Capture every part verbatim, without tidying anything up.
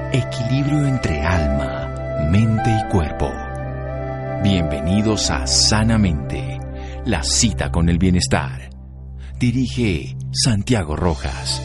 Equilibrio entre alma, mente y cuerpo. Bienvenidos a Sanamente, la cita con el bienestar. Dirige Santiago Rojas.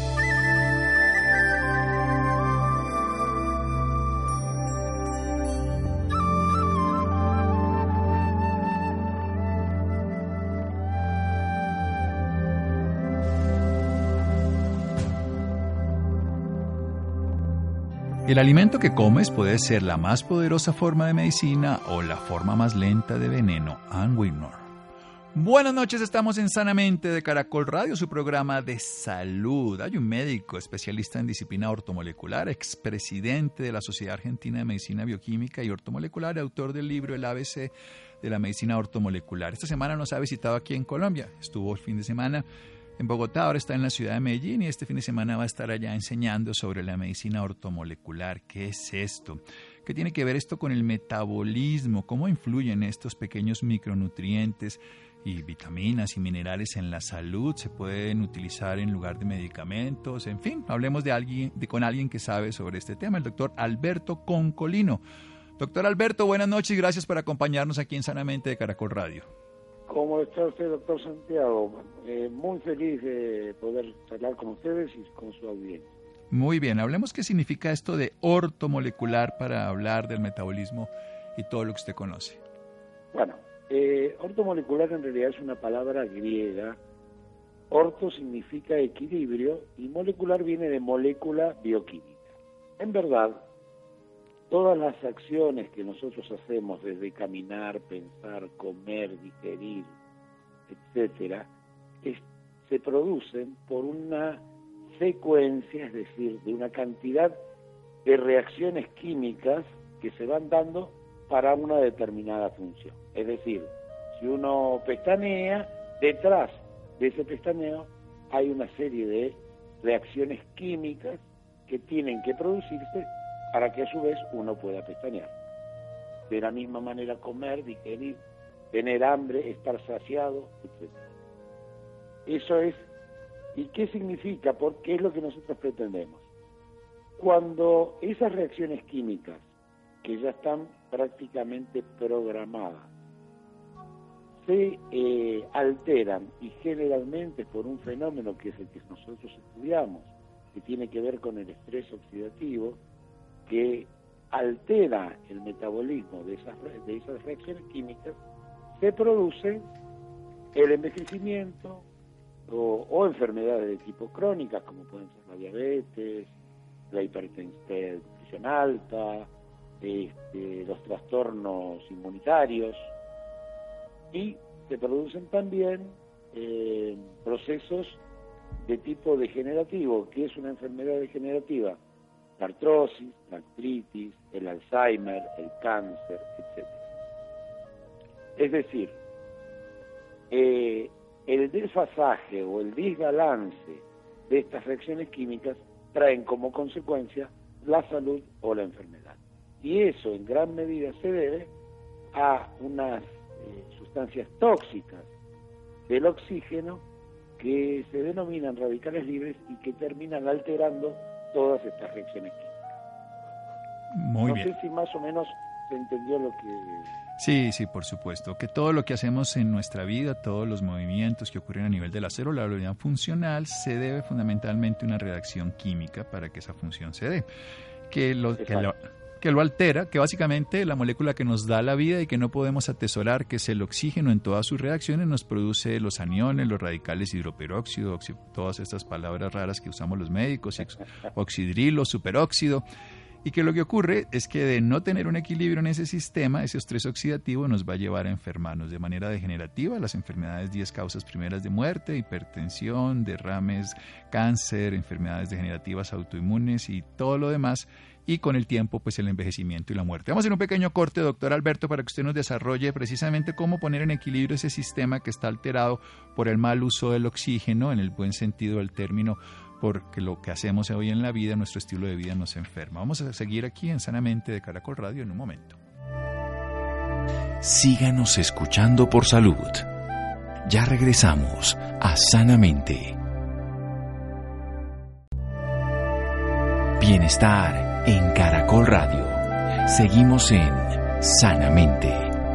El alimento que comes puede ser la más poderosa forma de medicina o la forma más lenta de veneno. Ann Whitmore. Buenas noches, estamos en Sanamente de Caracol Radio, su programa de salud. Hay un médico especialista en disciplina ortomolecular, expresidente de la Sociedad Argentina de Medicina Bioquímica y Ortomolecular, autor del libro El A B C de la Medicina Ortomolecular. Esta semana nos ha visitado aquí en Colombia, estuvo el fin de semana en Bogotá, ahora está en la ciudad de Medellín y este fin de semana va a estar allá enseñando sobre la medicina ortomolecular. ¿Qué es esto? ¿Qué tiene que ver esto con el metabolismo? ¿Cómo influyen estos pequeños micronutrientes y vitaminas y minerales en la salud? ¿Se pueden utilizar en lugar de medicamentos? En fin, hablemos de alguien, de, con alguien que sabe sobre este tema, el doctor Alberto Concolino. Doctor Alberto, buenas noches y gracias por acompañarnos aquí en Sanamente de Caracol Radio. ¿Cómo está usted, doctor Santiago? Eh, muy feliz de poder hablar con ustedes y con su audiencia. Muy bien, hablemos qué significa esto de ortomolecular para hablar del metabolismo y todo lo que usted conoce. Bueno, eh, ortomolecular en realidad es una palabra griega. Orto significa equilibrio y molecular viene de molécula bioquímica. En verdad, todas las acciones que nosotros hacemos, desde caminar, pensar, comer, digerir, etcétera, es, se producen por una secuencia, es decir, de una cantidad de reacciones químicas que se van dando para una determinada función. Es decir, si uno pestanea, detrás de ese pestaneo hay una serie de reacciones químicas que tienen que producirse para que a su vez uno pueda pestañear. De la misma manera comer, digerir, tener hambre, estar saciado, etcétera. Eso es, ¿y qué significa? Porque es lo que nosotros pretendemos. Cuando esas reacciones químicas, que ya están prácticamente programadas, se eh, alteran, y generalmente por un fenómeno que es el que nosotros estudiamos, que tiene que ver con el estrés oxidativo, que altera el metabolismo de esas, de esas reacciones químicas, se produce el envejecimiento o, o enfermedades de tipo crónicas, como pueden ser la diabetes, la hipertensión alta, este, los trastornos inmunitarios, y se producen también eh, procesos de tipo degenerativo. ¿Qué es una enfermedad degenerativa? La artrosis, la artritis, el Alzheimer, el cáncer, etcétera. Es decir, eh, el desfasaje o el desbalance de estas reacciones químicas traen como consecuencia la salud o la enfermedad. Y eso en gran medida se debe a unas eh, sustancias tóxicas del oxígeno que se denominan radicales libres y que terminan alterando todas estas reacciones químicas. Muy no bien. sé si más o menos se entendió lo que... Sí, sí, por supuesto. Que todo lo que hacemos en nuestra vida, todos los movimientos que ocurren a nivel de la célula, la unidad funcional, se debe fundamentalmente a una reacción química para que esa función se dé. Que lo, que lo, que lo altera, que básicamente la molécula que nos da la vida y que no podemos atesorar, que es el oxígeno en todas sus reacciones, nos produce los aniones, los radicales hidroperóxido, oxi, todas estas palabras raras que usamos los médicos, oxidrilo, superóxido. Y que lo que ocurre es que de no tener un equilibrio en ese sistema, ese estrés oxidativo nos va a llevar a enfermarnos de manera degenerativa. Las enfermedades, diez causas primeras de muerte, hipertensión, derrames, cáncer, enfermedades degenerativas autoinmunes y todo lo demás. Y con el tiempo, pues el envejecimiento y la muerte. Vamos a hacer un pequeño corte, doctor Alberto, para que usted nos desarrolle precisamente cómo poner en equilibrio ese sistema que está alterado por el mal uso del oxígeno, en el buen sentido del término, porque lo que hacemos hoy en la vida, nuestro estilo de vida nos enferma. Vamos a seguir aquí en Sanamente de Caracol Radio en un momento. Síganos escuchando por salud. Ya regresamos a Sanamente. Bienestar en Caracol Radio. Seguimos en Sanamente.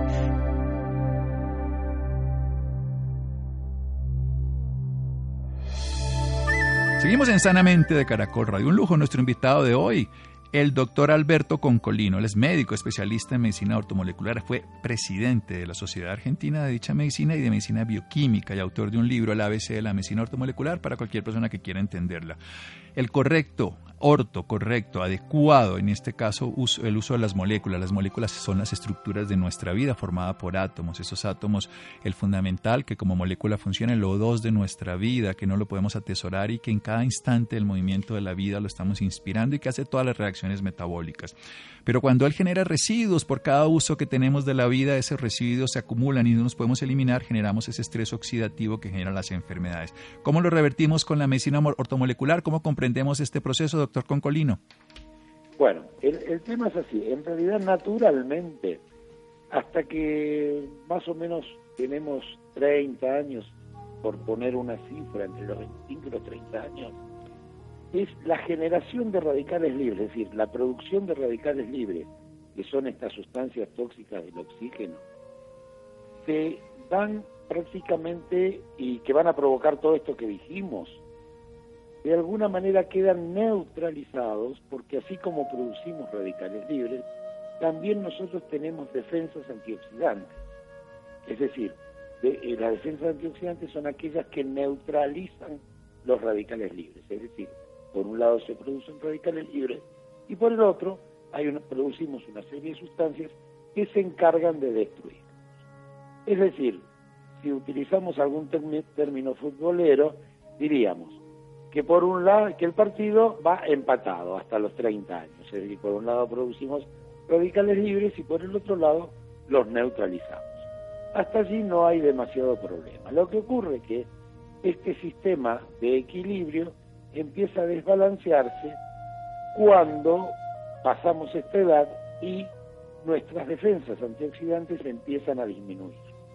Seguimos en Sanamente de Caracol Radio. Un lujo nuestro invitado de hoy, el doctor Alberto Concolino. Él es médico especialista en medicina ortomolecular, fue presidente de la Sociedad Argentina de dicha medicina y de medicina bioquímica y autor de un libro, El A B C de la medicina ortomolecular, para cualquier persona que quiera entenderla. El correcto, orto, correcto, adecuado, en este caso uso, el uso de las moléculas. Las moléculas son las estructuras de nuestra vida formada por átomos. Esos átomos, el fundamental, que como molécula funciona el O dos de nuestra vida, que no lo podemos atesorar y que en cada instante del movimiento de la vida lo estamos inspirando y que hace todas las reacciones metabólicas. Pero cuando él genera residuos por cada uso que tenemos de la vida, esos residuos se acumulan y no los podemos eliminar, generamos ese estrés oxidativo que genera las enfermedades. ¿Cómo lo revertimos con la medicina ortomolecular? ¿Cómo comprendemos este proceso, doctor Concolino? Bueno, el, el tema es así. En realidad, naturalmente, hasta que más o menos tenemos treinta años, por poner una cifra, entre los veinticinco y los treinta años, es la generación de radicales libres, es decir, la producción de radicales libres, que son estas sustancias tóxicas del oxígeno, se van prácticamente, y que van a provocar todo esto que dijimos, de alguna manera quedan neutralizados, porque así como producimos radicales libres, también nosotros tenemos defensas antioxidantes. Es decir, de, eh, las defensas antioxidantes son aquellas que neutralizan los radicales libres, es decir, por un lado se producen radicales libres y por el otro hay una, producimos una serie de sustancias que se encargan de destruirlos. Es decir, si utilizamos algún term- término futbolero, diríamos que por un lado que el partido va empatado hasta los treinta años, es decir, por un lado producimos radicales libres y por el otro lado los neutralizamos. Hasta allí no hay demasiado problema. Lo que ocurre es que este sistema de equilibrio empieza a desbalancearse cuando pasamos esta edad y nuestras defensas antioxidantes empiezan a disminuir.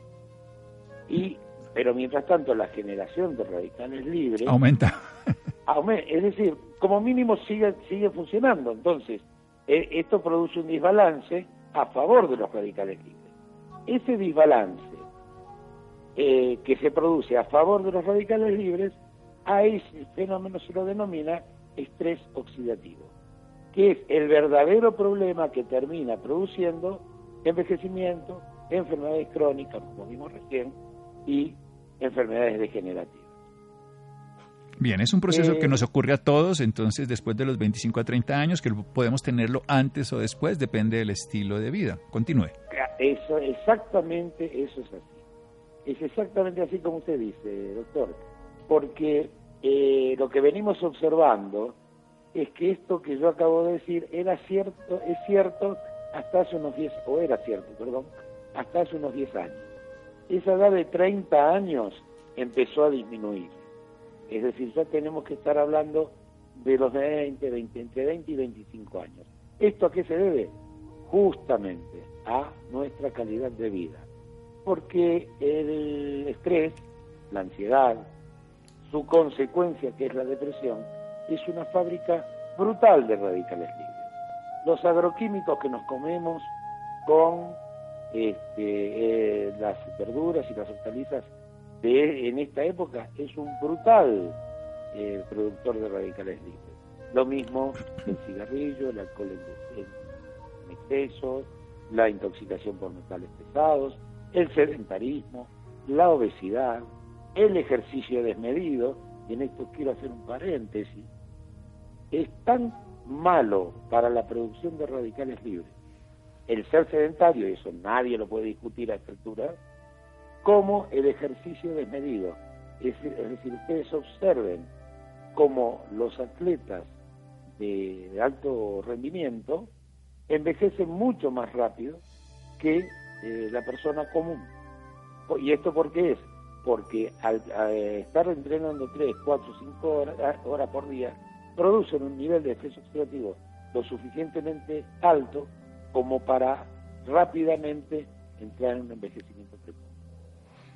Y, pero mientras tanto la generación de radicales libres aumenta. aumenta, es decir, como mínimo sigue, sigue funcionando. Entonces, eh, esto produce un desbalance a favor de los radicales libres. Ese desbalance eh, que se produce a favor de los radicales libres, a ese fenómeno se lo denomina estrés oxidativo, que es el verdadero problema que termina produciendo envejecimiento, enfermedades crónicas, como vimos recién, y enfermedades degenerativas. Bien, es un proceso eh, que nos ocurre a todos, entonces después de los veinticinco a treinta años, que podemos tenerlo antes o después, depende del estilo de vida. Continúe. Eso, exactamente, eso es así. Es exactamente así como usted dice, doctor. Porque eh, lo que venimos observando es que esto que yo acabo de decir era cierto, es cierto hasta hace unos diez, o era cierto, perdón, hasta hace unos diez años. Esa edad de treinta años empezó a disminuir. Es decir, ya tenemos que estar hablando de los veinte, veinte, entre veinte y veinticinco años. ¿Esto a qué se debe? Justamente a nuestra calidad de vida. Porque el estrés, la ansiedad, su consecuencia, que es la depresión, es una fábrica brutal de radicales libres. Los agroquímicos que nos comemos con este, eh, las verduras y las hortalizas de, en esta época es un brutal eh, productor de radicales libres. Lo mismo el cigarrillo, el alcohol en, en exceso, la intoxicación por metales pesados, el sedentarismo, la obesidad, el ejercicio desmedido, y en esto quiero hacer un paréntesis, es tan malo para la producción de radicales libres el ser sedentario, y eso nadie lo puede discutir a esta altura, como el ejercicio desmedido. Es, es decir, ustedes observen cómo los atletas de, de alto rendimiento envejecen mucho más rápido que eh, la persona común. ¿Y esto por qué es? Porque al, al estar entrenando tres, cuatro, cinco horas, horas por día, producen un nivel de estrés oxidativo lo suficientemente alto como para rápidamente entrar en un envejecimiento precoz.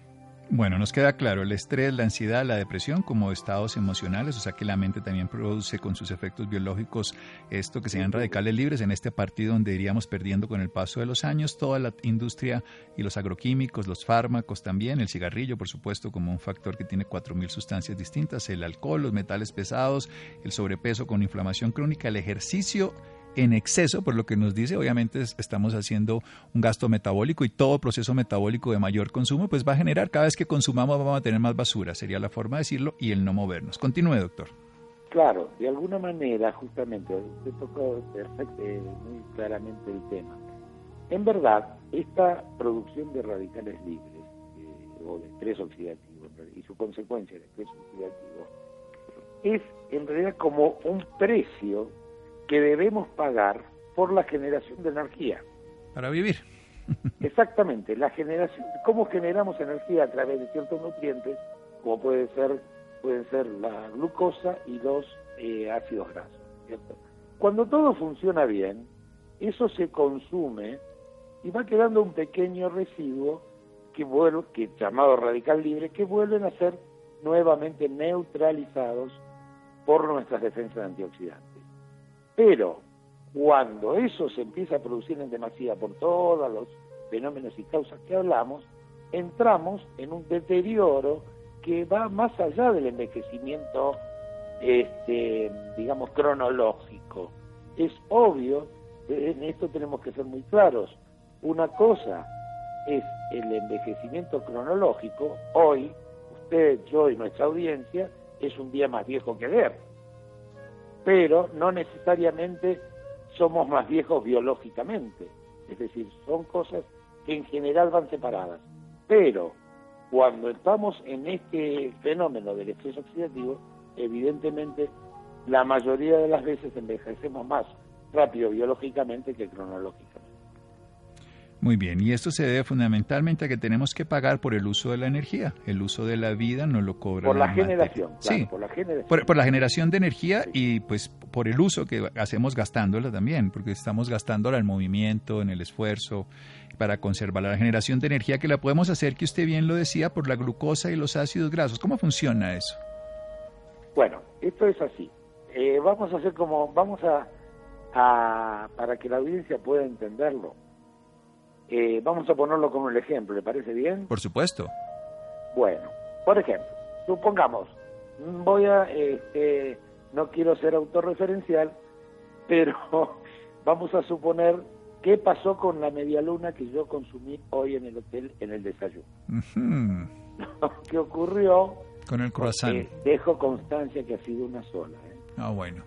Bueno, nos queda claro, el estrés, la ansiedad, la depresión como estados emocionales, o sea que la mente también produce con sus efectos biológicos esto que se llaman radicales libres, en este partido donde iríamos perdiendo con el paso de los años, toda la industria y los agroquímicos, los fármacos también, el cigarrillo por supuesto como un factor que tiene cuatro mil sustancias distintas, el alcohol, los metales pesados, el sobrepeso con inflamación crónica, el ejercicio en exceso, por lo que nos dice, obviamente estamos haciendo un gasto metabólico y todo proceso metabólico de mayor consumo pues va a generar, cada vez que consumamos vamos a tener más basura, sería la forma de decirlo, y el no movernos. Continúe, doctor. Claro, de alguna manera, justamente, usted tocó perfecto, muy claramente el tema. En verdad, esta producción de radicales libres, eh, o de estrés oxidativo, y su consecuencia, el estrés oxidativo, es en realidad como un precio que debemos pagar por la generación de energía. Para vivir. Exactamente, la generación, cómo generamos energía a través de ciertos nutrientes, como puede ser, pueden ser la glucosa y los eh, ácidos grasos, ¿cierto? Cuando todo funciona bien, eso se consume y va quedando un pequeño residuo que vuelve, que llamado radical libre, que vuelven a ser nuevamente neutralizados por nuestras defensas antioxidantes. Pero cuando eso se empieza a producir en demasía por todos los fenómenos y causas que hablamos, entramos en un deterioro que va más allá del envejecimiento, este, digamos, cronológico. Es obvio, en esto tenemos que ser muy claros. Una cosa es el envejecimiento cronológico. Hoy, usted, yo y nuestra audiencia, es un día más viejo que ayer. Pero no necesariamente somos más viejos biológicamente, es decir, son cosas que en general van separadas. Pero cuando estamos en este fenómeno del estrés oxidativo, evidentemente la mayoría de las veces envejecemos más rápido biológicamente que cronológicamente. Muy bien, y esto se debe fundamentalmente a que tenemos que pagar por el uso de la energía. El uso de la vida no lo cobra por la, la generación, claro, sí, por la generación. Por, por la generación de energía, sí. Y pues por el uso que hacemos gastándola también, porque estamos gastándola en movimiento, en el esfuerzo, para conservar la generación de energía que la podemos hacer, que usted bien lo decía, por la glucosa y los ácidos grasos. ¿Cómo funciona eso? Bueno, esto es así. Eh, vamos a hacer como, vamos a, a, para que la audiencia pueda entenderlo, Eh, vamos a ponerlo como el ejemplo, ¿le parece bien? Por supuesto. Bueno, por ejemplo, supongamos, voy a, este, no quiero ser autorreferencial, pero vamos a suponer qué pasó con la media luna que yo consumí hoy en el hotel en el desayuno. Uh-huh. ¿Qué ocurrió? Con el croissant. Eh, dejo constancia que ha sido una sola. ¿eh? Ah, bueno.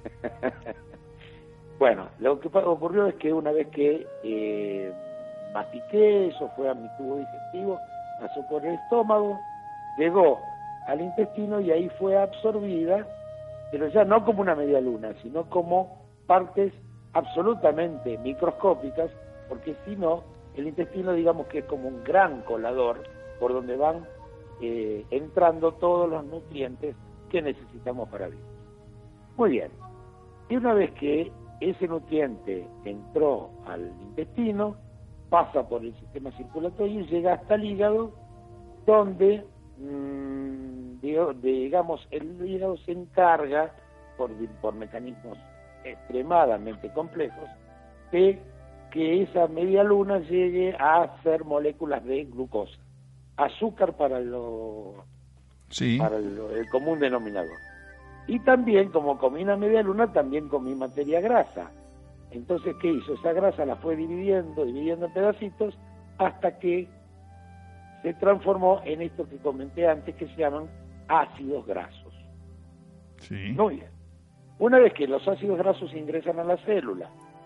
Bueno, lo que ocurrió es que una vez que eh, mastiqué, eso fue a mi tubo digestivo, pasó por el estómago, llegó al intestino y ahí fue absorbida, pero ya no como una media luna, sino como partes absolutamente microscópicas, porque si no, el intestino digamos que es como un gran colador por donde van eh, entrando todos los nutrientes que necesitamos para vivir. Muy bien, y una vez que ese nutriente entró al intestino, pasa por el sistema circulatorio y llega hasta el hígado, donde, mmm, digamos, el hígado se encarga, por, por mecanismos extremadamente complejos, de que esa media luna llegue a hacer moléculas de glucosa, azúcar para, lo, sí. para lo, el común denominador. Y también, como comí una media luna, también comí materia grasa. Entonces, ¿qué hizo? Esa grasa la fue dividiendo, dividiendo en pedacitos, hasta que se transformó en esto que comenté antes, que se llaman ácidos grasos. Sí. Muy bien. Una vez que los ácidos grasos ingresan a la célula,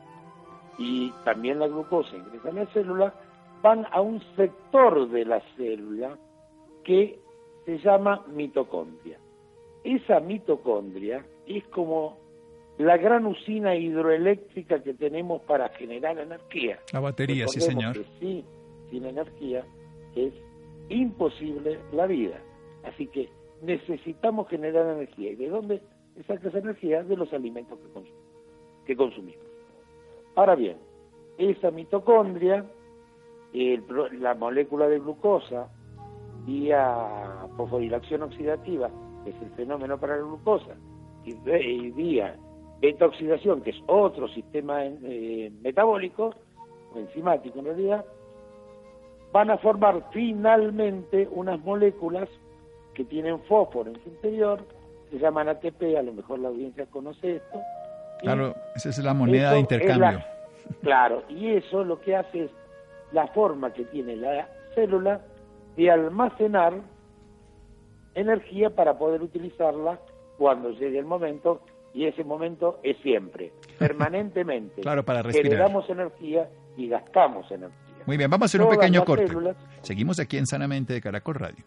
y también la glucosa ingresa a la célula, van a un sector de la célula que se llama mitocondria. Esa mitocondria es como la gran usina hidroeléctrica que tenemos para generar energía. La batería, sí, Recordemos señor. Que sí, sin energía es imposible la vida. Así que necesitamos generar energía. ¿Y de dónde se saca esa energía? De los alimentos que consumimos. Que consumimos. Ahora bien, esa mitocondria, el, la molécula de glucosa, vía fosforilación oxidativa, que es el fenómeno para la glucosa, y, y vía beta oxidación, que es otro sistema eh, metabólico, o enzimático en realidad, van a formar finalmente unas moléculas que tienen fósforo en su interior, se llaman A T P, a lo mejor la audiencia conoce esto. Claro, esa es la moneda de intercambio. La, claro, y eso lo que hace es la forma que tiene la célula de almacenar energía para poder utilizarla cuando llegue el momento, y ese momento es siempre, permanentemente. Claro, para respirar. Generamos energía y gastamos energía. Muy bien, vamos a hacer un Todas pequeño las corte. células... Seguimos aquí en Sanamente de Caracol Radio.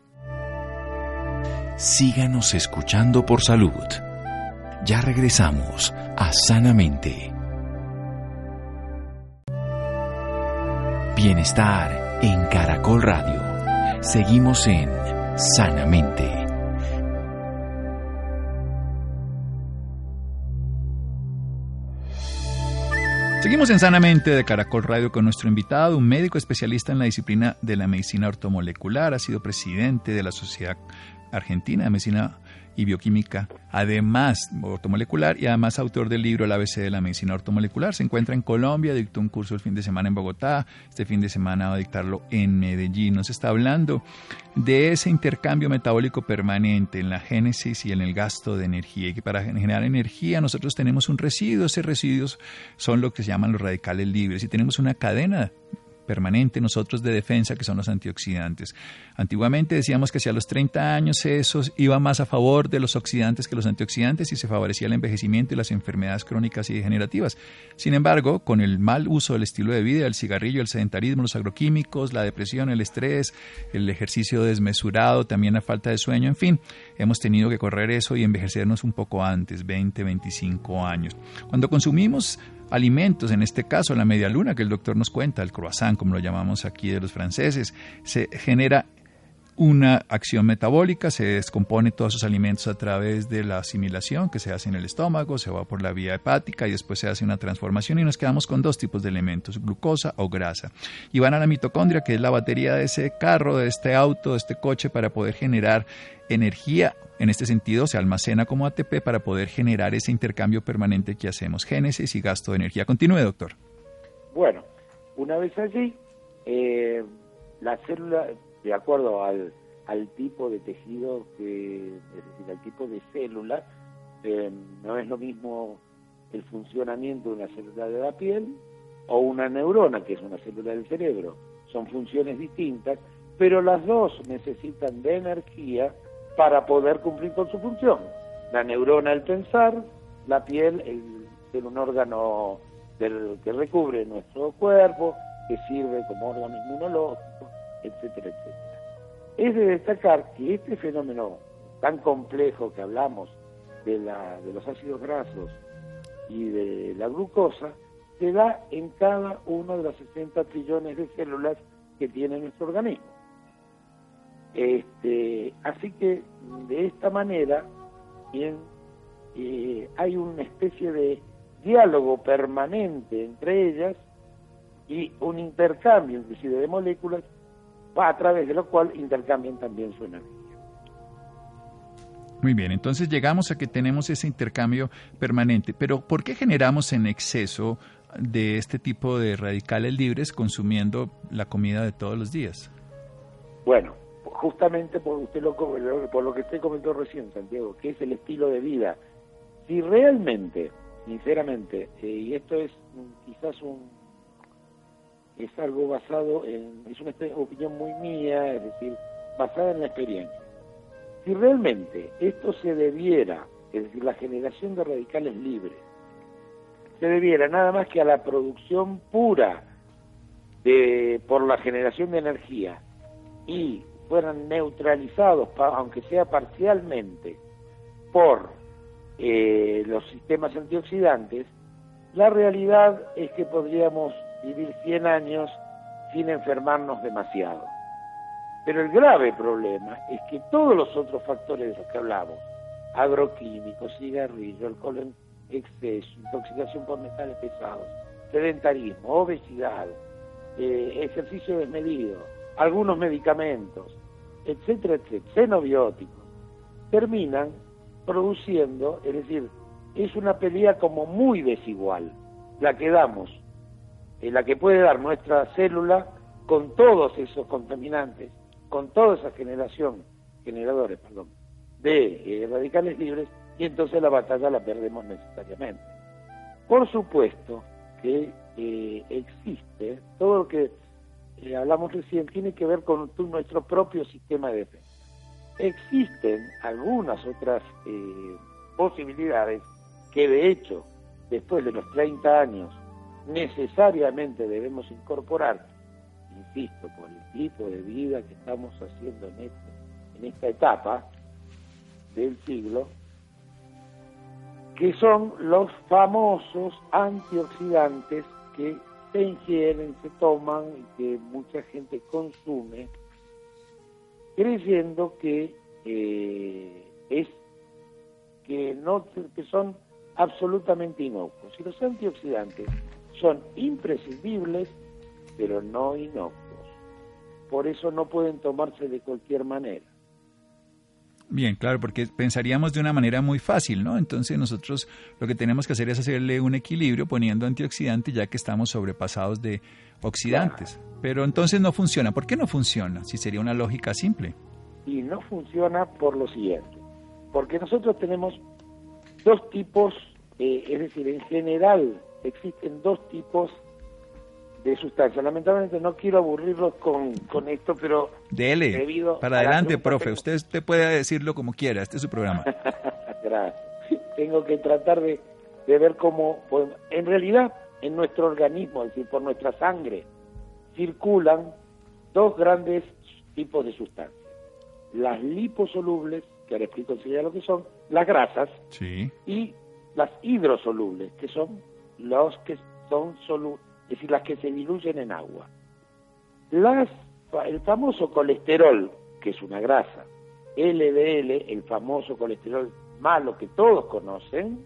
Síganos escuchando por salud. Ya regresamos a Sanamente. Bienestar en Caracol Radio. Seguimos en Sanamente. Seguimos en Sanamente de Caracol Radio con nuestro invitado, un médico especialista en la disciplina de la medicina ortomolecular, ha sido presidente de la Sociedad Argentina de Medicina y Bioquímica, además ortomolecular, y además autor del libro El A B C de la medicina ortomolecular. Se encuentra en Colombia, dictó un curso el fin de semana en Bogotá, este fin de semana va a dictarlo en Medellín. Nos está hablando de ese intercambio metabólico permanente en la génesis y en el gasto de energía, y que para generar energía nosotros tenemos un residuo. Esos residuos son lo que se llaman los radicales libres, y tenemos una cadena permanente nosotros de defensa que son los antioxidantes. Antiguamente decíamos que hacia los treinta años eso iba más a favor de los oxidantes que los antioxidantes y se favorecía el envejecimiento y las enfermedades crónicas y degenerativas. Sin embargo, con el mal uso del estilo de vida, el cigarrillo, el sedentarismo, los agroquímicos, la depresión, el estrés, el ejercicio desmesurado, también la falta de sueño, en fin, hemos tenido que correr eso y envejecernos un poco antes, veinte, veinticinco años. Cuando consumimos alimentos, en este caso la media luna que el doctor nos cuenta, el croissant como lo llamamos aquí de los franceses, se genera una acción metabólica, se descompone todos esos alimentos a través de la asimilación que se hace en el estómago, se va por la vía hepática y después se hace una transformación y nos quedamos con dos tipos de elementos, glucosa o grasa. Y van a la mitocondria, que es la batería de ese carro, de este auto, de este coche, para poder generar energía. En este sentido, se almacena como A T P para poder generar ese intercambio permanente que hacemos, génesis y gasto de energía. Continúe, doctor. Bueno, una vez allí, eh, la célula, de acuerdo al, al tipo de tejido, que, es decir, al tipo de célula, eh, no es lo mismo el funcionamiento de una célula de la piel o una neurona, que es una célula del cerebro. Son funciones distintas, pero las dos necesitan de energía para poder cumplir con su función. La neurona el pensar, la piel el ser un órgano del, que recubre nuestro cuerpo, que sirve como órgano inmunológico, etcétera, etcétera. Es de destacar que este fenómeno tan complejo que hablamos de, la, de los ácidos grasos y de la glucosa se da en cada uno de los sesenta trillones de células que tiene nuestro organismo. Este, así que de esta manera bien, eh, hay una especie de diálogo permanente entre ellas y un intercambio inclusive de moléculas a través de lo cual intercambian también su energía. Muy bien, entonces llegamos a que tenemos ese intercambio permanente, pero ¿por qué generamos en exceso de este tipo de radicales libres consumiendo la comida de todos los días? Bueno, justamente por usted lo, por lo que usted comentó recién, Santiago, que es el estilo de vida. Si realmente, sinceramente, eh, y esto es quizás un es algo basado en, es una opinión muy mía, es decir, basada en la experiencia. Si realmente esto se debiera, es decir, la generación de radicales libres, se debiera nada más que a la producción pura de por la generación de energía y fueran neutralizados, aunque sea parcialmente, por eh, los sistemas antioxidantes, la realidad es que podríamos vivir cien años sin enfermarnos demasiado. Pero el grave problema es que todos los otros factores de los que hablamos, agroquímicos, cigarrillo, alcohol en exceso, intoxicación por metales pesados, sedentarismo, obesidad, eh, ejercicio desmedido, algunos medicamentos, etcétera, etcétera, xenobióticos, terminan produciendo, es decir, es una pelea como muy desigual, la que damos, eh, la que puede dar nuestra célula con todos esos contaminantes, con toda esa generación, generadores, perdón, de eh, radicales libres, y entonces la batalla la perdemos necesariamente. Por supuesto que eh, existe, todo lo que eh, hablamos recién tiene que ver con tu, nuestro propio sistema de defensa. Existen algunas otras eh, posibilidades que de hecho, después de los treinta años, necesariamente debemos incorporar, insisto, por el tipo de vida que estamos haciendo en, este, en esta etapa del siglo, que son los famosos antioxidantes que se ingieren, se toman y que mucha gente consume, creyendo que eh, es que no que son absolutamente inocuos. Y los antioxidantes son imprescindibles, pero no inocuos. Por eso no pueden tomarse de cualquier manera. Bien, claro, porque pensaríamos de una manera muy fácil, ¿no? Entonces nosotros lo que tenemos que hacer es hacerle un equilibrio poniendo antioxidantes ya que estamos sobrepasados de oxidantes. Claro. Pero entonces no funciona. ¿Por qué no funciona? Si sería una lógica simple. Y no funciona por lo siguiente. Porque nosotros tenemos dos tipos, eh, es decir, en general existen dos tipos de sustancias. Lamentablemente no quiero aburrirlos con, con esto, pero... Dele, debido para adelante, profe. Tengo... Usted, usted puede decirlo como quiera, este es su programa. Gracias. Tengo que tratar de, de ver cómo... Podemos... En realidad, en nuestro organismo, es decir, por nuestra sangre, circulan dos grandes tipos de sustancias. Las liposolubles, que ahora explico enseguida lo que son, las grasas, sí, y las hidrosolubles, que son los que son solubles, es decir, las que se diluyen en agua. Las, el famoso colesterol, que es una grasa, L D L, el famoso colesterol malo que todos conocen,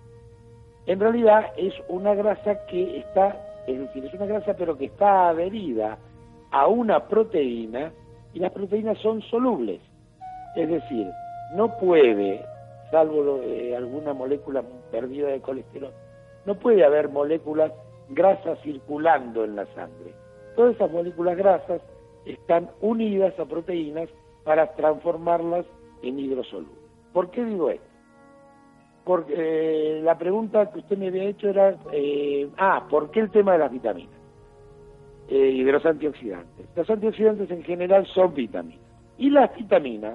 en realidad es una grasa que está, es decir, es una grasa pero que está adherida a una proteína, y las proteínas son solubles. Es decir, no puede, salvo eh, alguna molécula perdida de colesterol, no puede haber moléculas grasas circulando en la sangre. Todas esas moléculas grasas están unidas a proteínas para transformarlas en hidrosolubles. ¿Por qué digo esto? Porque eh, la pregunta que usted me había hecho era, eh, ah, ¿por qué el tema de las vitaminas eh, y de los antioxidantes? Los antioxidantes en general son vitaminas. Y las vitaminas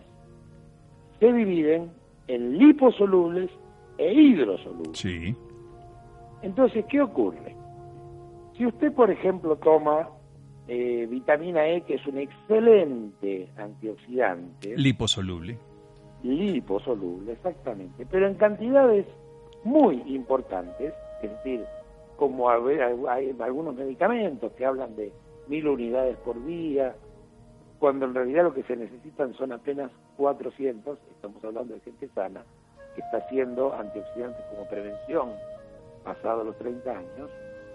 se dividen en liposolubles e hidrosolubles. Sí. Entonces, ¿qué ocurre? Si usted, por ejemplo, toma eh, vitamina E, que es un excelente antioxidante. Liposoluble. Liposoluble, exactamente. Pero en cantidades muy importantes, es decir, como hay, hay algunos medicamentos que hablan de mil unidades por día, cuando en realidad lo que se necesitan son apenas cuatrocientos, estamos hablando de gente sana, que está haciendo antioxidantes como prevención pasados los treinta años.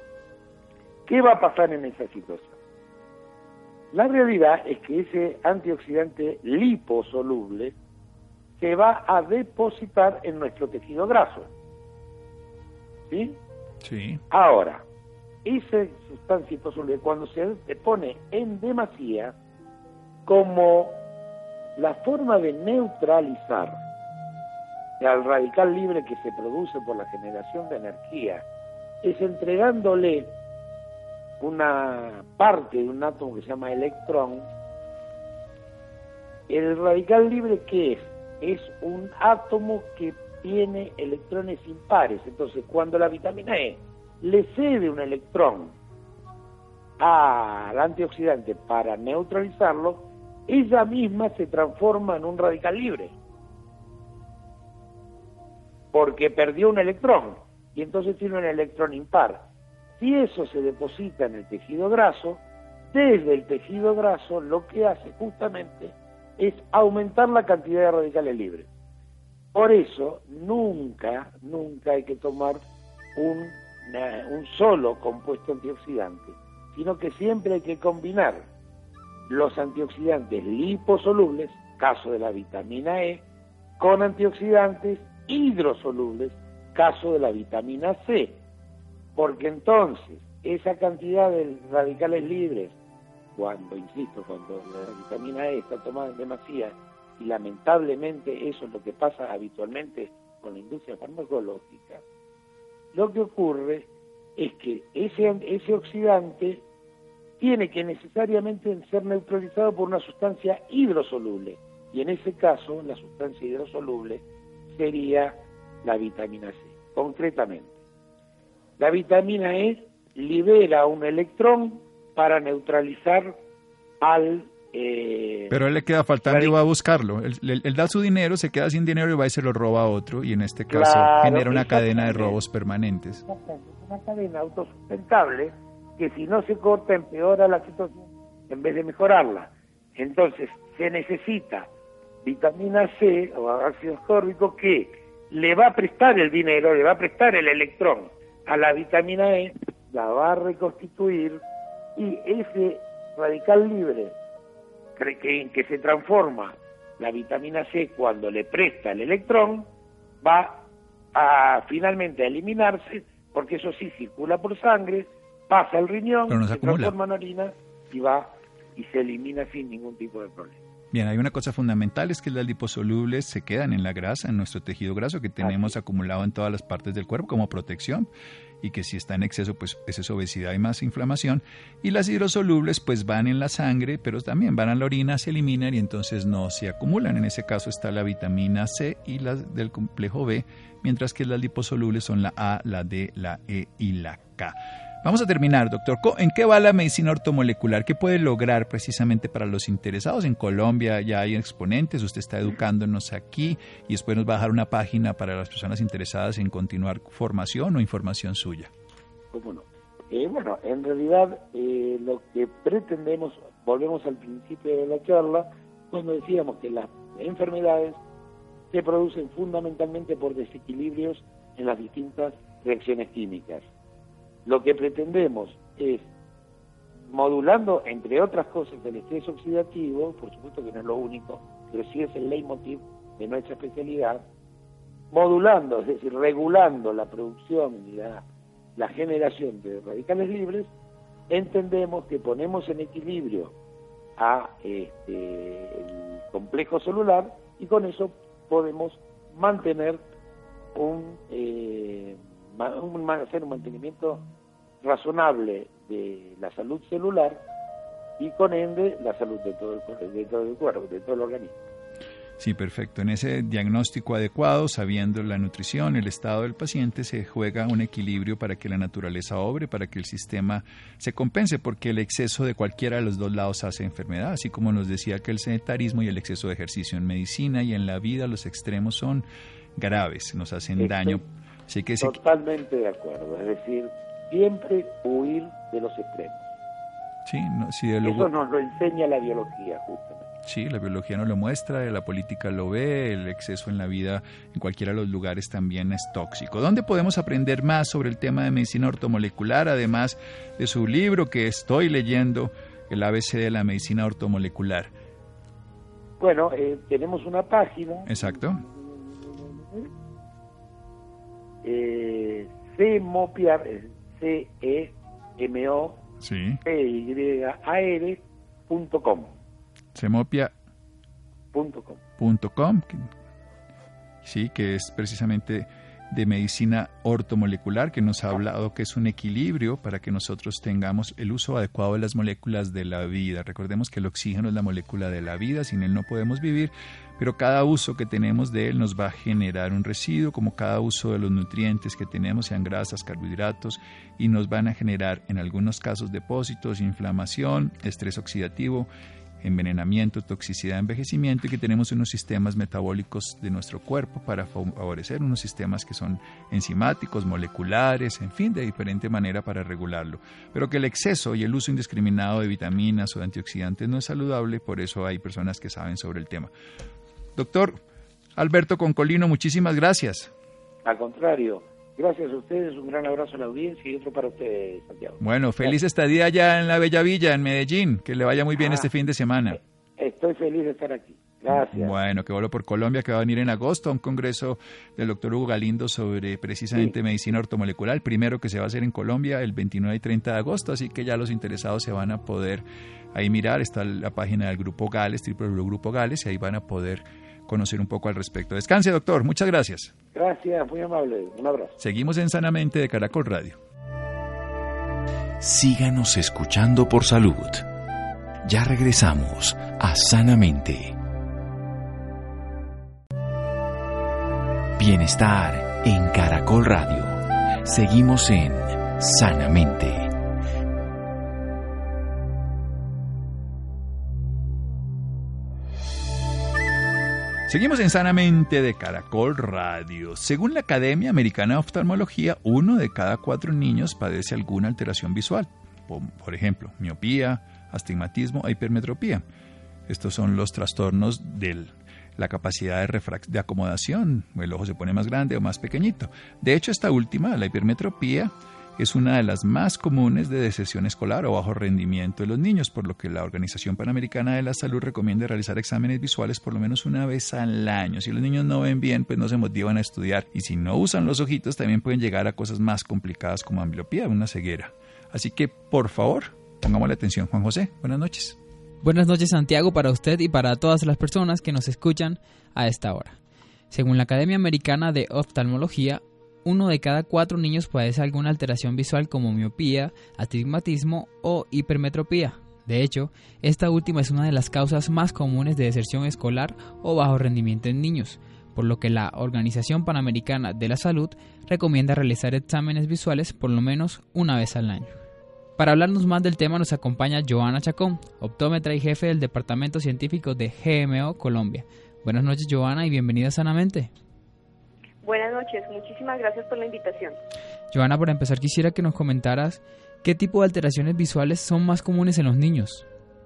¿Qué va a pasar en esa situación? La realidad es que ese antioxidante liposoluble se va a depositar en nuestro tejido graso. ¿Sí? Sí. Ahora, esa sustancia liposoluble, cuando se pone en demasía, como la forma de neutralizar al radical libre que se produce por la generación de energía, es entregándole una parte de un átomo que se llama electrón. El radical libre, ¿qué es? Es un átomo que tiene electrones impares. Entonces, cuando la vitamina E le cede un electrón al antioxidante para neutralizarlo, ella misma se transforma en un radical libre, porque perdió un electrón, y entonces tiene un electrón impar. Si eso se deposita en el tejido graso, desde el tejido graso lo que hace justamente es aumentar la cantidad de radicales libres. Por eso, nunca, nunca hay que tomar un, una, un solo compuesto antioxidante, sino que siempre hay que combinar los antioxidantes liposolubles, caso de la vitamina E, con antioxidantes hidrosolubles, caso de la vitamina C, porque entonces esa cantidad de radicales libres, cuando, insisto, cuando la vitamina E está tomada en demasía, y lamentablemente eso es lo que pasa habitualmente con la industria farmacológica, lo que ocurre es que ese, ese oxidante tiene que necesariamente ser neutralizado por una sustancia hidrosoluble, y en ese caso la sustancia hidrosoluble sería la vitamina C. Concretamente, la vitamina E libera un electrón para neutralizar al... Eh, Pero a él le queda faltando y va a buscarlo. Él, él, él da su dinero, se queda sin dinero y va y se lo roba a otro, y en este caso claro, genera una cadena de robos permanentes. Una cadena autosustentable que si no se corta empeora la situación en vez de mejorarla. Entonces se necesita vitamina C o ácido ascórbico que le va a prestar el dinero, le va a prestar el electrón a la vitamina E, la va a reconstituir, y ese radical libre que, que se transforma la vitamina C cuando le presta el electrón va a finalmente a eliminarse, porque eso sí circula por sangre, pasa al riñón, no se, se transforma en orina y va y se elimina sin ningún tipo de problema. Bien, hay una cosa fundamental, es que las liposolubles se quedan en la grasa, en nuestro tejido graso que tenemos acumulado en todas las partes del cuerpo como protección, y que si está en exceso, pues esa es obesidad y más inflamación. Y las hidrosolubles pues van en la sangre, pero también van a la orina, se eliminan y entonces no se acumulan. En ese caso está la vitamina C y las del complejo B, mientras que las liposolubles son la A, la D, la E y la K. Vamos a terminar, doctor. ¿En qué va la medicina ortomolecular? ¿Qué puede lograr precisamente para los interesados? En Colombia ya hay exponentes, usted está educándonos aquí y después nos va a dejar una página para las personas interesadas en continuar formación o información suya. ¿Cómo no? Eh, bueno, en realidad eh, lo que pretendemos, volvemos al principio de la charla, cuando decíamos que las enfermedades se producen fundamentalmente por desequilibrios en las distintas reacciones químicas. Lo que pretendemos es, modulando, entre otras cosas, el estrés oxidativo, por supuesto que no es lo único, pero sí es el leitmotiv de nuestra especialidad, modulando, es decir, regulando la producción y la, la generación de radicales libres, entendemos que ponemos en equilibrio a este, el complejo celular y con eso podemos mantener un... Eh, Un, hacer un mantenimiento razonable de la salud celular y con ende la salud de todo el, de todo el cuerpo, de todo el organismo. Sí, perfecto. En ese diagnóstico adecuado, sabiendo la nutrición, el estado del paciente, se juega un equilibrio para que la naturaleza obre, para que el sistema se compense, porque el exceso de cualquiera de los dos lados hace enfermedad, así como nos decía que el sedentarismo y el exceso de ejercicio en medicina y en la vida, los extremos son graves, nos hacen Estoy daño. Así que totalmente de acuerdo, es decir, siempre huir de los extremos. Sí, no, sí, de lo... Eso nos lo enseña la biología, justamente. Sí, la biología nos lo muestra, la política lo ve, el exceso en la vida en cualquiera de los lugares también es tóxico. ¿Dónde podemos aprender más sobre el tema de medicina ortomolecular, además de su libro que estoy leyendo, el A B C de la medicina ortomolecular? Bueno, eh, tenemos una página. Exacto. Eh, Cemopiar, C E M O P Y A R punto com. Cemopia punto com. Punto com, sí, que es precisamente de medicina ortomolecular, que nos ha hablado que es un equilibrio para que nosotros tengamos el uso adecuado de las moléculas de la vida. Recordemos que el oxígeno es la molécula de la vida, sin él no podemos vivir, pero cada uso que tenemos de él nos va a generar un residuo, como cada uso de los nutrientes que tenemos, sean grasas, carbohidratos, y nos van a generar en algunos casos depósitos, inflamación, estrés oxidativo, envenenamiento, toxicidad, envejecimiento, y que tenemos unos sistemas metabólicos de nuestro cuerpo para favorecer unos sistemas que son enzimáticos, moleculares, en fin, de diferente manera para regularlo. Pero que el exceso y el uso indiscriminado de vitaminas o de antioxidantes no es saludable, por eso hay personas que saben sobre el tema. Doctor Alberto Concolino, muchísimas gracias. Al contrario, Gracias a ustedes, un gran abrazo a la audiencia y otro para ustedes, Santiago. Bueno, feliz estadía allá en la Bella Villa, en Medellín, que le vaya muy bien ah, este fin de semana. Estoy feliz de estar aquí. Gracias. Bueno, que vuelo por Colombia, que va a venir en agosto a un congreso del doctor Hugo Galindo sobre precisamente sí. medicina ortomolecular, el primero que se va a hacer en Colombia el veintinueve y treinta de agosto, así que ya los interesados se van a poder ahí mirar, está la página del Grupo Gales, doble u doble u doble u punto grupo gales, y ahí van a poder conocer un poco al respecto. Descanse, doctor, muchas gracias. Gracias, muy amable, un abrazo. Seguimos en Sanamente de Caracol Radio. Síganos escuchando por salud. Ya regresamos a Sanamente. Bienestar en Caracol Radio. Seguimos en Sanamente. Seguimos en Sanamente de Caracol Radio. Según la Academia Americana de Oftalmología, uno de cada cuatro niños padece alguna alteración visual. Por, por ejemplo, miopía, astigmatismo e hipermetropía. Estos son los trastornos de la capacidad de, refrac- de acomodación. El ojo se pone más grande o más pequeñito. De hecho, esta última, la hipermetropía, es una de las más comunes de deserción escolar o bajo rendimiento de los niños, por lo que la Organización Panamericana de la Salud recomienda realizar exámenes visuales por lo menos una vez al año. Si los niños no ven bien, pues no se motivan a estudiar. Y si no usan los ojitos, también pueden llegar a cosas más complicadas como ambliopía, una ceguera. Así que, por favor, pongámosle atención. Juan José, buenas noches. Buenas noches, Santiago, para usted y para todas las personas que nos escuchan a esta hora. Según la Academia Americana de Oftalmología, uno de cada cuatro niños padece alguna alteración visual como miopía, astigmatismo o hipermetropía. De hecho, esta última es una de las causas más comunes de deserción escolar o bajo rendimiento en niños, por lo que la Organización Panamericana de la Salud recomienda realizar exámenes visuales por lo menos una vez al año. Para hablarnos más del tema nos acompaña Joana Chacón, optómetra y jefe del Departamento Científico de G M O Colombia. Buenas noches, Joana, y bienvenida a Sanamente. Buenas noches, muchísimas gracias por la invitación. Joana, para empezar quisiera que nos comentaras qué tipo de alteraciones visuales son más comunes en los niños.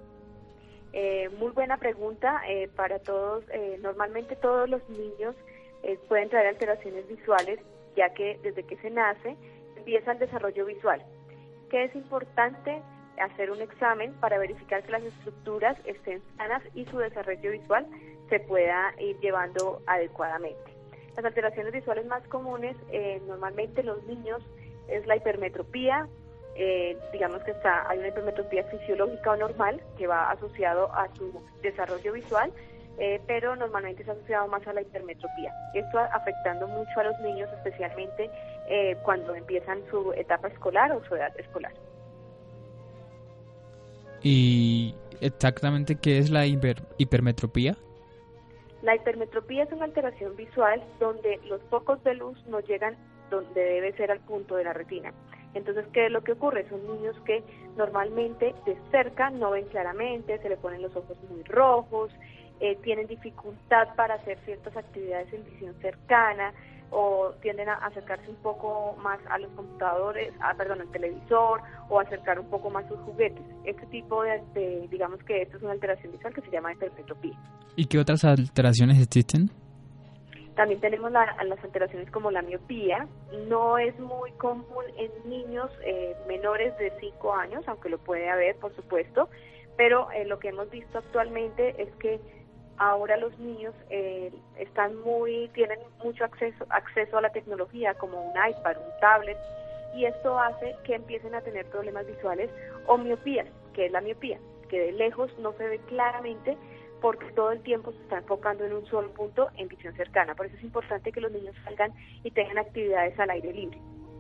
Eh, muy buena pregunta eh, para todos. Eh, normalmente todos los niños eh, pueden traer alteraciones visuales, ya que desde que se nace empieza el desarrollo visual. Que es importante hacer un examen para verificar que las estructuras estén sanas y su desarrollo visual se pueda ir llevando adecuadamente. Las alteraciones visuales más comunes eh, normalmente en los niños es la hipermetropía, eh, digamos que está hay una hipermetropía fisiológica o normal que va asociado a su desarrollo visual, eh, pero normalmente está asociado más a la hipermetropía. Esto afectando mucho a los niños, especialmente eh, cuando empiezan su etapa escolar o su edad escolar. ¿Y exactamente qué es la hiper, hipermetropía? La hipermetropía es una alteración visual donde los focos de luz no llegan donde debe ser al punto de la retina. Entonces, ¿qué es lo que ocurre? Son niños que normalmente de cerca no ven claramente, se le ponen los ojos muy rojos, eh, tienen dificultad para hacer ciertas actividades en visión cercana o tienden a acercarse un poco más a los computadores, a, perdón, al televisor o acercar un poco más sus juguetes. Este tipo de, de, digamos que esto es una alteración visual que se llama hipermetropía. ¿Y qué otras alteraciones existen? También tenemos la, las alteraciones como la miopía. No es muy común en niños eh, menores de cinco años, aunque lo puede haber, por supuesto, pero eh, lo que hemos visto actualmente es que ahora los niños eh, están muy tienen mucho acceso acceso a la tecnología, como un iPad, un tablet, y esto hace que empiecen a tener problemas visuales o miopías, que es la miopía, que de lejos no se ve claramente porque todo el tiempo se está enfocando en un solo punto en visión cercana. Por eso es importante que los niños salgan y tengan actividades al aire libre.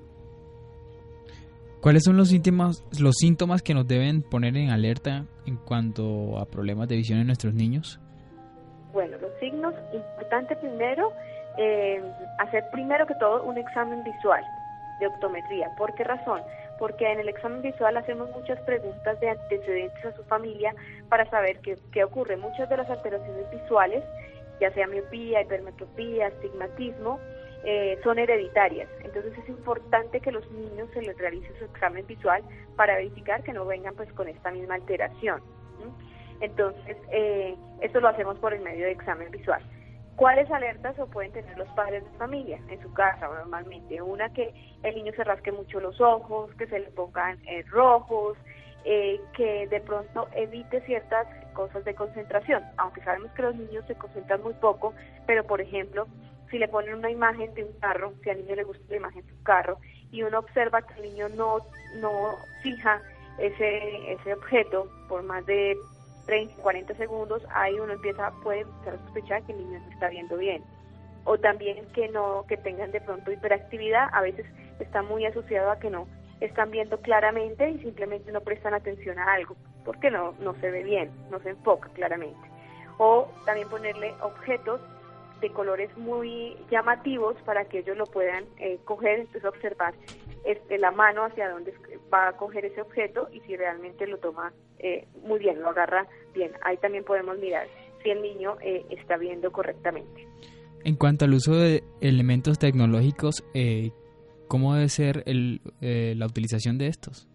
¿Cuáles son los síntomas, los síntomas que nos deben poner en alerta en cuanto a problemas de visión en nuestros niños? Bueno, los signos, importante primero, eh, hacer primero que todo un examen visual de optometría. ¿Por qué razón? Porque en el examen visual hacemos muchas preguntas de antecedentes a su familia para saber qué, qué ocurre. Muchas de las alteraciones visuales, ya sea miopía, hipermetropía, astigmatismo, eh, son hereditarias. Entonces es importante que los niños se les realice su examen visual para verificar que no vengan pues con esta misma alteración. ¿sí? Entonces, eh, esto lo hacemos por el medio de examen visual. ¿Cuáles alertas o pueden tener los padres de familia en su casa normalmente? Una, que el niño se rasque mucho los ojos, que se le pongan eh, rojos, eh, que de pronto evite ciertas cosas de concentración, aunque sabemos que los niños se concentran muy poco, pero por ejemplo, si le ponen una imagen de un carro, si al niño le gusta la imagen de un carro, y uno observa que el niño no, no fija ese, ese objeto por más de treinta, cuarenta segundos, ahí uno empieza, puede empezar a sospechar que el niño no está viendo bien. O también que no, que tengan de pronto hiperactividad, a veces está muy asociado a que no están viendo claramente y simplemente no prestan atención a algo, porque no, no se ve bien, no se enfoca claramente. O también ponerle objetos de colores muy llamativos para que ellos lo puedan eh, coger, entonces observar este, la mano hacia dónde va a coger ese objeto y si realmente lo toma eh, muy bien, lo agarra bien. Ahí también podemos mirar si el niño eh, está viendo correctamente. En cuanto al uso de elementos tecnológicos, eh, ¿cómo debe ser el, eh, la utilización de estos?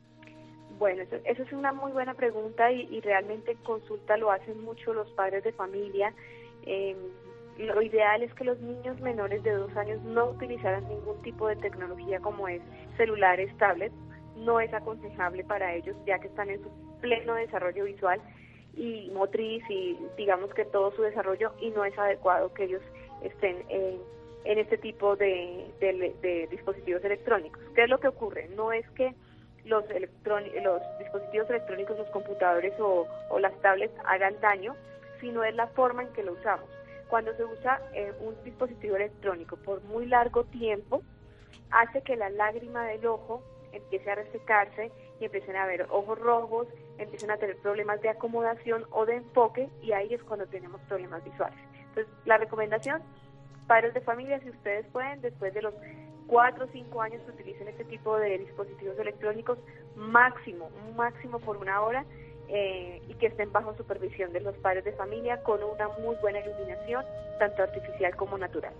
Bueno, eso, eso es una muy buena pregunta y, y realmente en consulta lo hacen mucho los padres de familia. Eh, Lo ideal es que los niños menores de dos años no utilizaran ningún tipo de tecnología como es celulares, tablets. No es aconsejable para ellos, ya que están en su pleno desarrollo visual y motriz y digamos que todo su desarrollo, y no es adecuado que ellos estén en, en este tipo de, de, de dispositivos electrónicos. ¿Qué es lo que ocurre? No es que los, los dispositivos electrónicos, los computadores o, o las tablets hagan daño, sino es la forma en que lo usamos. Cuando se usa eh, un dispositivo electrónico por muy largo tiempo, hace que la lágrima del ojo empiece a resecarse y empiecen a haber ojos rojos, empiecen a tener problemas de acomodación o de enfoque, y ahí es cuando tenemos problemas visuales. Entonces, la recomendación, padres de familia, si ustedes pueden, después de los cuatro o cinco años que utilicen este tipo de dispositivos electrónicos, máximo, máximo por una hora, Eh, y que estén bajo supervisión de los padres de familia con una muy buena iluminación, tanto artificial como natural.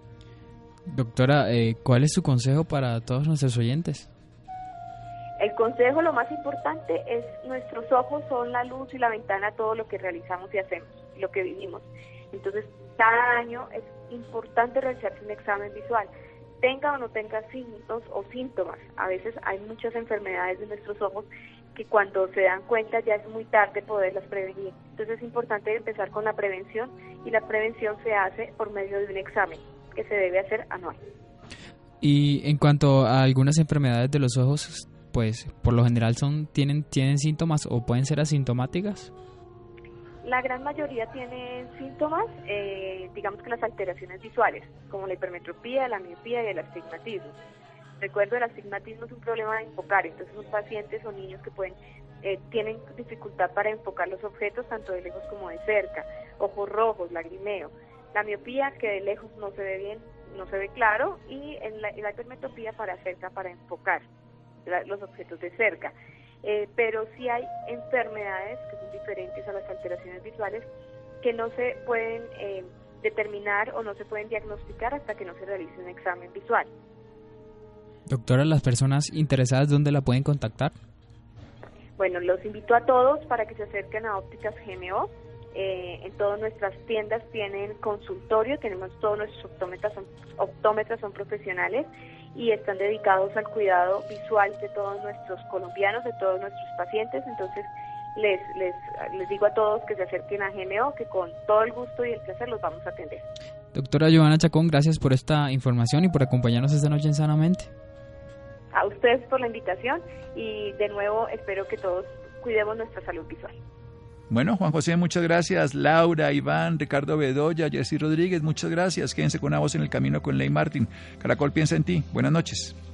Doctora, eh, ¿cuál es su consejo para todos nuestros oyentes? El consejo, lo más importante, es nuestros ojos son la luz y la ventana a todo lo que realizamos y hacemos, lo que vivimos. Entonces, cada año es importante realizarse un examen visual, tenga o no tenga signos o síntomas. A veces hay muchas enfermedades de nuestros ojos que cuando se dan cuenta ya es muy tarde poderlas prevenir. Entonces es importante empezar con la prevención, y la prevención se hace por medio de un examen que se debe hacer anual. Y en cuanto a algunas enfermedades de los ojos, pues por lo general son tienen tienen síntomas o pueden ser asintomáticas. La gran mayoría tienen síntomas, eh, digamos que las alteraciones visuales, como la hipermetropía, la miopía y el astigmatismo. Recuerdo, el astigmatismo es un problema de enfocar, entonces son pacientes o niños que pueden eh, tienen dificultad para enfocar los objetos tanto de lejos como de cerca, ojos rojos, lagrimeo. La miopía, que de lejos no se ve bien, no se ve claro, y en la, en la hipermetropía para cerca, para enfocar la, los objetos de cerca. Eh, pero sí hay enfermedades que son diferentes a las alteraciones visuales que no se pueden eh, determinar o no se pueden diagnosticar hasta que no se realice un examen visual. Doctora, ¿las personas interesadas dónde la pueden contactar? Bueno, los invito a todos para que se acerquen a Ópticas G M O. Eh, en todas nuestras tiendas tienen consultorio, tenemos todos nuestros optómetras, son, optómetras son profesionales y están dedicados al cuidado visual de todos nuestros colombianos, de todos nuestros pacientes. Entonces les, les, les digo a todos que se acerquen a G M O, que con todo el gusto y el placer los vamos a atender. Doctora Johanna Chacón, gracias por esta información y por acompañarnos esta noche en Sanamente. A ustedes por la invitación y de nuevo espero que todos cuidemos nuestra salud visual. Bueno, Juan José, muchas gracias. Laura, Iván, Ricardo Bedoya, Jessy Rodríguez, muchas gracias. Quédense con Una Voz en el Camino con Ley Martin. Caracol piensa en ti. Buenas noches.